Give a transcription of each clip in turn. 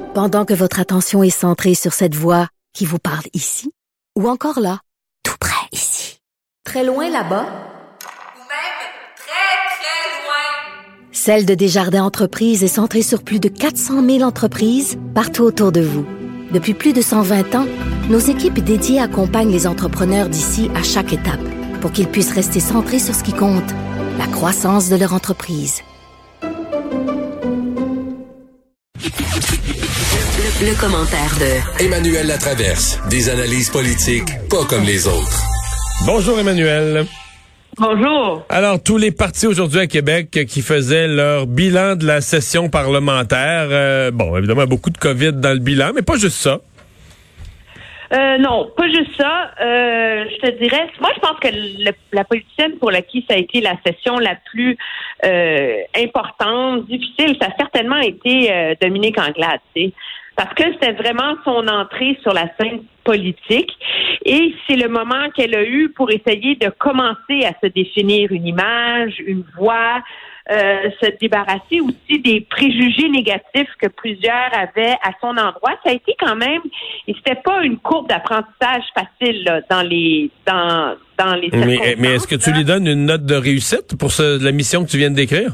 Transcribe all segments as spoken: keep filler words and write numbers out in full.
Pendant que votre attention est centrée sur cette voix qui vous parle ici, ou encore là, tout près ici, très loin là-bas, ou même très, très loin, Celle de Desjardins Entreprises est centrée sur plus de quatre cent mille entreprises partout autour de vous. Depuis plus de cent vingt ans, nos équipes dédiées accompagnent les entrepreneurs d'ici à chaque étape pour qu'ils puissent rester centrés sur ce qui compte, la croissance de leur entreprise. Le, le commentaire de Emmanuel Latraverse. Des analyses politiques pas comme les autres. Bonjour Emmanuel. Bonjour. Alors, tous les partis aujourd'hui à Québec qui faisaient leur bilan de la session parlementaire, euh, bon, évidemment, beaucoup de COVID dans le bilan, mais pas juste ça. Euh, non, pas juste ça. Euh, je te dirais, moi, je pense que le, la politicienne pour laquelle ça a été la session la plus euh, importante, difficile, ça a certainement été euh, Dominique Anglade, tu sais, parce que c'était vraiment son entrée sur la scène politique et c'est le moment qu'elle a eu pour essayer de commencer à se définir une image, une voix, euh, se débarrasser aussi des préjugés négatifs que plusieurs avaient à son endroit. Ça a été quand même, et c'était pas une courbe d'apprentissage facile là, dans les dans dans les circonstances. Mais, mais est-ce que tu lui donnes une note de réussite pour ce, la mission que tu viens de décrire?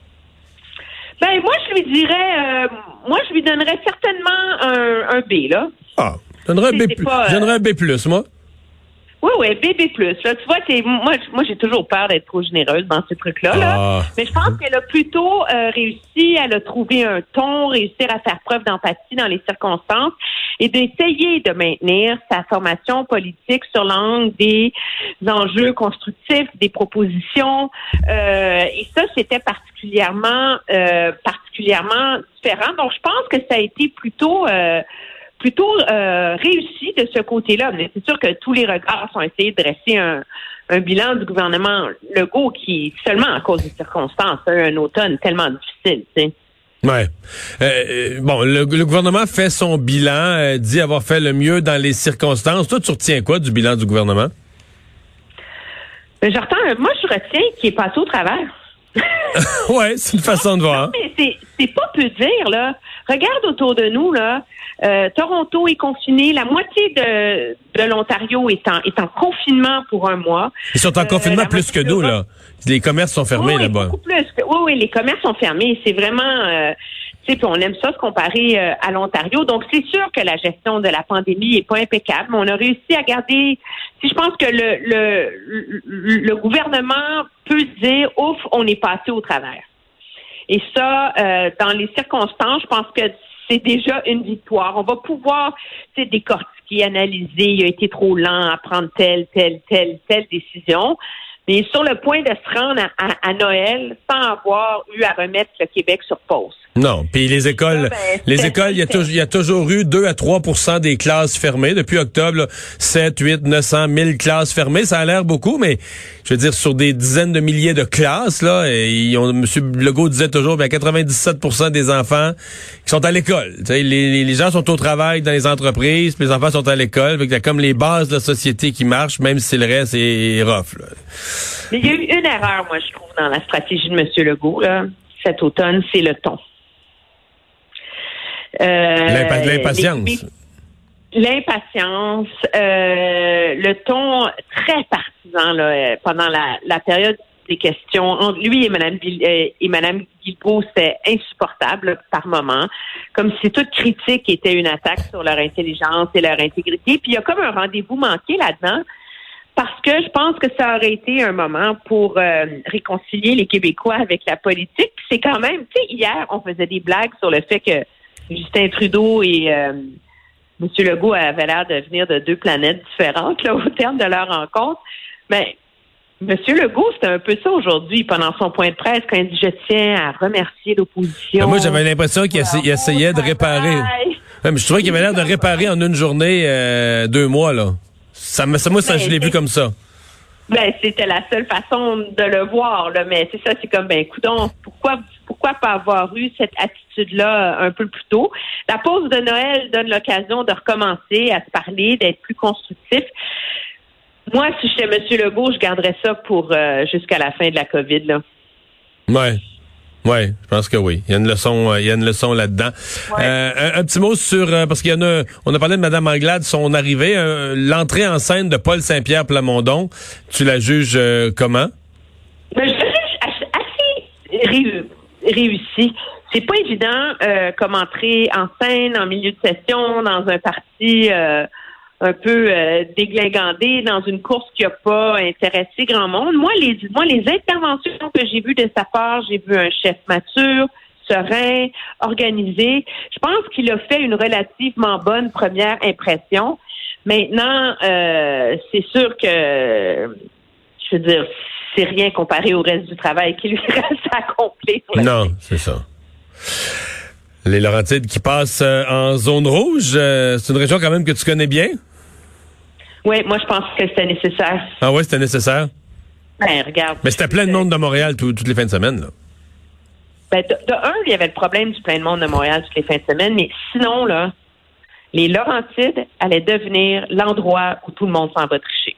Ben moi je lui dirais, euh, moi je lui donnerais certainement un, un B là. Ah, je donnerais un B plus. Pas, euh... Je donnerais un B plus, moi. Oui, oui, B B plus. Là, tu vois, t'es, moi, moi, j'ai toujours peur d'être trop généreuse dans ces trucs-là. Là. Ah. Mais je pense qu'elle a plutôt euh, réussi, elle a trouvé un ton, réussir à faire preuve d'empathie dans les circonstances et d'essayer de maintenir sa formation politique sur l'angle des enjeux constructifs, des propositions. Euh, et ça, c'était particulièrement, euh, particulièrement différent. Donc, je pense que ça a été plutôt... Euh, plutôt euh, réussi de ce côté-là. Mais c'est sûr que tous les regards sont essayés de dresser un, un bilan du gouvernement Legault qui, seulement à cause des circonstances, a eu un automne tellement difficile, tu sais. Ouais. Euh, bon, le, le gouvernement fait son bilan, euh, dit avoir fait le mieux dans les circonstances. Toi, tu retiens quoi du bilan du gouvernement? Ben, je retiens, moi, je retiens qu'il est passé au travers. Ouais, c'est une façon de voir. Non, mais c'est, c'est pas peu dire, là. Regarde autour de nous, là. Euh, Toronto est confiné. La moitié de, de l'Ontario est en, est en confinement pour un mois. Ils sont en euh, confinement plus que nous, là. Les commerces sont fermés oui, là-bas. Beaucoup plus. Oui, oui, les commerces sont fermés. C'est vraiment... Euh, tu sais, puis on aime ça se comparer euh, à l'Ontario. Donc, c'est sûr que la gestion de la pandémie est pas impeccable, mais on a réussi à garder... Si je pense que le, le, le, le gouvernement peut dire, ouf, on est passé au travers. Et ça, euh, dans les circonstances, je pense que c'est déjà une victoire. On va pouvoir, tu sais, décortiquer, analyser. Il a été trop lent à prendre telle, telle, telle, telle décision. Mais sur le point de se rendre à, à, à Noël sans avoir eu à remettre le Québec sur pause. Non, puis les écoles, ça, ben, les écoles, il y a toujours, il y a toujours eu deux à trois pour cent des classes fermées depuis octobre. Là, sept, huit, neuf cents, mille classes fermées, ça a l'air beaucoup, mais je veux dire sur des dizaines de milliers de classes là, et ils ont, M. Legault disait toujours, bien quatre-vingt-dix-sept pour cent des enfants qui sont à l'école. Tu sais, les, les gens sont au travail dans les entreprises, puis les enfants sont à l'école. Fait que y a comme les bases de la société qui marchent, même si le reste est rough. Là. Mais il y a eu une erreur, moi, je trouve, dans la stratégie de M. Legault là, cet automne, c'est le ton. Euh, L'impa- l'impatience. Les, l'impatience, euh, le ton très partisan là, pendant la, la période des questions entre lui et Mme et Mme Guilbeault, c'était insupportable là, par moment, comme si toute critique était une attaque sur leur intelligence et leur intégrité. Puis il y a comme un rendez-vous manqué là-dedans, parce que je pense que ça aurait été un moment pour euh, réconcilier les Québécois avec la politique. Puis c'est quand même, tu sais, hier, on faisait des blagues sur le fait que Justin Trudeau et euh, M. Legault avaient l'air de venir de deux planètes différentes là, au terme de leur rencontre. Mais M. Legault, c'était un peu ça aujourd'hui, pendant son point de presse, quand il dit « Je tiens à remercier l'opposition ». Ben moi, j'avais l'impression qu'il essa- il essayait de réparer. Ouais, mais je trouvais qu'il avait l'air de réparer en une journée, euh, deux mois. là. Ça, ça, moi, ça, ben, je l'ai vu comme ça. Ben, c'était la seule façon de le voir, là. Mais c'est ça, c'est comme, ben, coudonc, pourquoi, pourquoi pas avoir eu cette attitude-là un peu plus tôt? La pause de Noël donne l'occasion de recommencer à se parler, d'être plus constructif. Moi, si j'étais M. Legault, je garderais ça pour euh, jusqu'à la fin de la COVID, là. Ouais. Oui, je pense que oui. Il y a une leçon, euh, il y a une leçon là-dedans. Ouais. Euh, un, un petit mot sur euh, parce qu'il y en a, on a parlé de Mme Anglade, son arrivée, euh, l'entrée en scène de Paul Saint-Pierre Plamondon. Tu la juges euh, comment? Ben, je la juge assez ré- réussi. C'est pas évident euh, comme entrer en scène en milieu de session dans un parti euh, un peu euh, déglingandé, dans une course qui a pas intéressé grand monde. Moi, les moi les interventions que j'ai vues de sa part, j'ai vu un chef mature, serein, organisé. Je pense qu'il a fait une relativement bonne première impression. Maintenant, euh, c'est sûr que, je veux dire, c'est rien comparé au reste du travail qui lui reste à accomplir. Non, c'est ça. Les Laurentides qui passent euh, en zone rouge, euh, c'est une région quand même que tu connais bien? Oui, moi je pense que c'était nécessaire. Ah oui, c'était nécessaire? Ben, regarde. Mais c'était plein de monde de Montréal tout, toutes les fins de semaine, là. Ben, de, de un, il y avait le problème du plein de monde de Montréal toutes les fins de semaine, mais sinon, là, les Laurentides allaient devenir l'endroit où tout le monde s'en va tricher.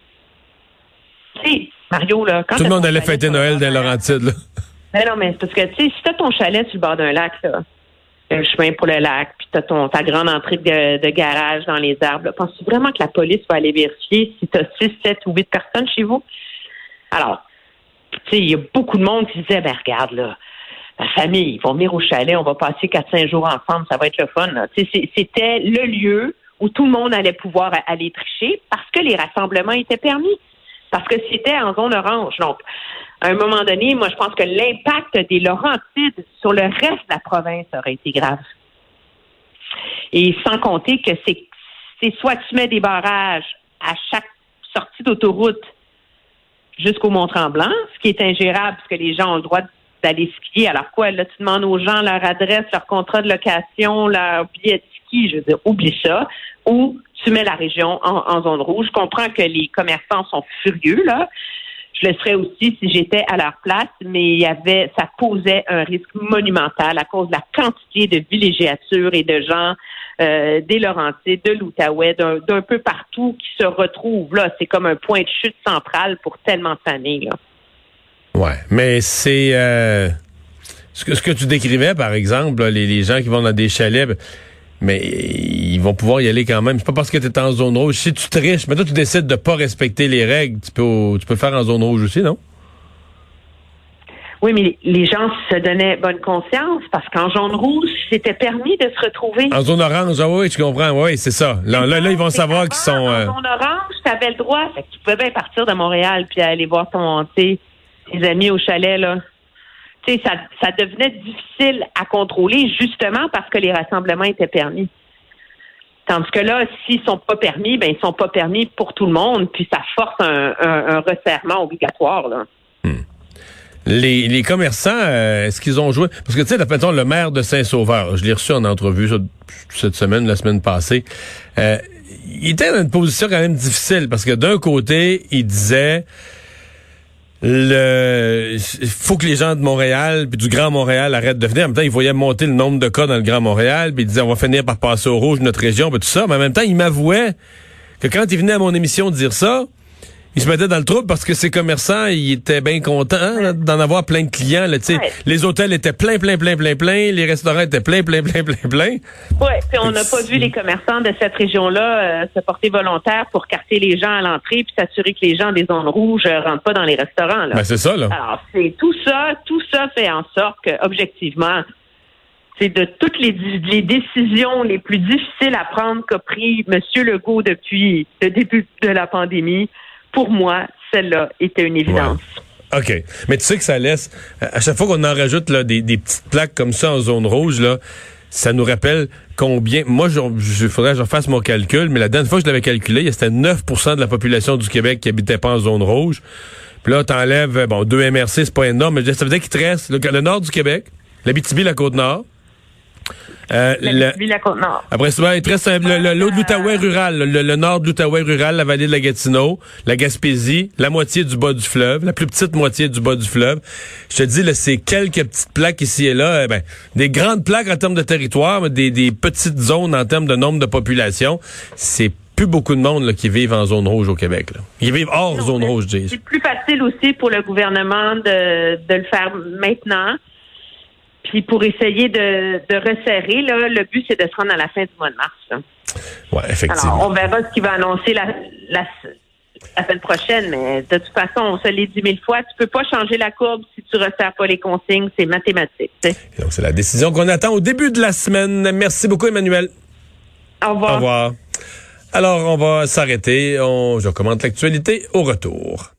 Tu sais, Mario, là, quand tout le monde allait fêter Noël des Laurentides, là. Ben non, mais c'est parce que, tu sais, si t'as ton chalet sur le bord d'un lac, là, un chemin pour le lac, puis t'as ton, ta grande entrée de, de garage dans les arbres, penses-tu vraiment que la police va aller vérifier si t'as six, sept ou huit personnes chez vous? Alors, tu sais, il y a beaucoup de monde qui disait, ben regarde, là, la famille, ils vont venir au chalet, on va passer quatre cinq jours ensemble, ça va être le fun, là. Tu sais, c'était le lieu où tout le monde allait pouvoir aller tricher parce que les rassemblements étaient permis. Parce que c'était en zone orange. Donc, à un moment donné, moi, je pense que l'impact des Laurentides sur le reste de la province aurait été grave. Et sans compter que c'est, c'est soit tu mets des barrages à chaque sortie d'autoroute jusqu'au Mont-Tremblant, ce qui est ingérable parce que les gens ont le droit d'aller skier. Alors quoi, là, tu demandes aux gens leur adresse, leur contrat de location, leur billet de ski, je veux dire, oublie ça. Ou tu mets la région en, en zone rouge. Je comprends que les commerçants sont furieux, là. Je le serais aussi si j'étais à leur place, mais il y avait, ça posait un risque monumental à cause de la quantité de villégiatures et de gens euh, des Laurentides, de l'Outaouais, d'un, d'un peu partout qui se retrouvent là. C'est comme un point de chute central pour tellement de familles, là. Ouais, mais c'est euh, ce que ce que tu décrivais, par exemple, là, les, les gens qui vont dans des chalets. Mais ils vont pouvoir y aller quand même. C'est pas parce que tu es en zone rouge. Si tu triches, mais toi, tu décides de pas respecter les règles, tu peux, tu peux faire en zone rouge aussi, non? Oui, mais les gens se donnaient bonne conscience parce qu'en zone rouge, c'était permis de se retrouver. En zone orange, ah oui, tu comprends. Oui, c'est ça. Là, là, là, ils vont savoir qu'ils sont... Euh... En zone orange, tu avais le droit. Fait que tu pouvais bien partir de Montréal puis aller voir ton, tes amis au chalet, là. Ça, ça devenait difficile à contrôler justement parce que les rassemblements étaient permis. Tandis que là, s'ils sont pas permis, ben ils sont pas permis pour tout le monde, puis ça force un, un, un resserrement obligatoire, là. Hmm. Les, les commerçants, euh, est-ce qu'ils ont joué? Parce que tu sais, mettons, le maire de Saint-Sauveur, je l'ai reçu en entrevue ça, cette semaine, la semaine passée, euh, il était dans une position quand même difficile parce que d'un côté, il disait... Le, il faut que les gens de Montréal puis du Grand Montréal arrêtent de venir. En même temps, ils voyaient monter le nombre de cas dans le Grand Montréal, puis ils disaient on va finir par passer au rouge notre région, puis tout ça. Mais en même temps, il m'avouait que quand il venait à mon émission dire ça, il se mettait dans le trouble parce que ses commerçants, ils étaient bien contents hein, d'en avoir plein de clients. Là, ouais. Les hôtels étaient pleins, pleins, pleins, pleins, pleins. Les restaurants étaient pleins, pleins, pleins, pleins, pleins. Oui, puis on n'a pas vu les commerçants de cette région-là euh, se porter volontaire pour carter les gens à l'entrée puis s'assurer que les gens des zones rouges euh, rentrent pas dans les restaurants. Là. Ben, c'est ça, là. Alors, c'est tout ça, tout ça fait en sorte que, objectivement, c'est de toutes les, les décisions les plus difficiles à prendre qu'a pris M. Legault depuis le début de la pandémie. Pour moi, celle-là était une évidence. Ouais. OK. Mais tu sais que ça laisse... À chaque fois qu'on en rajoute là, des, des petites plaques comme ça en zone rouge, là, ça nous rappelle combien... Moi, il faudrait que je fasse mon calcul, mais la dernière fois que je l'avais calculé, c'était neuf pour cent de la population du Québec qui habitait pas en zone rouge. Puis là, t'enlèves... Bon, deux M R C, c'est pas énorme, mais ça veut dire qu'il te reste le, le nord du Québec, l'Abitibi, la Côte-Nord. Euh, la, le, la Côte-Nord. Après ça, il te reste le, le, l'eau de l'Outaouais rural, le, le nord de l'Outaouais rural, la vallée de la Gatineau, la Gaspésie, la moitié du bas du fleuve, la plus petite moitié du bas du fleuve. Je te dis, là, c'est quelques petites plaques ici et là, eh ben, des grandes plaques en termes de territoire, mais des, des petites zones en termes de nombre de population. C'est plus beaucoup de monde là, qui vivent en zone rouge au Québec. Là. Ils vivent hors non, zone rouge, je dis. C'est plus facile aussi pour le gouvernement de, de le faire maintenant. puis pour essayer de, de resserrer, là, le but, c'est de se rendre à la fin du mois de mars. Là. Ouais, effectivement. Alors, on verra ce qu'il va annoncer la, la, la semaine prochaine, mais de toute façon, on se l'est dit mille fois, tu peux pas changer la courbe si tu resserres pas les consignes, c'est mathématique. Donc, c'est la décision qu'on attend au début de la semaine. Merci beaucoup, Emmanuel. Au revoir. Au revoir. Alors, on va s'arrêter. On, je commente l'actualité au retour.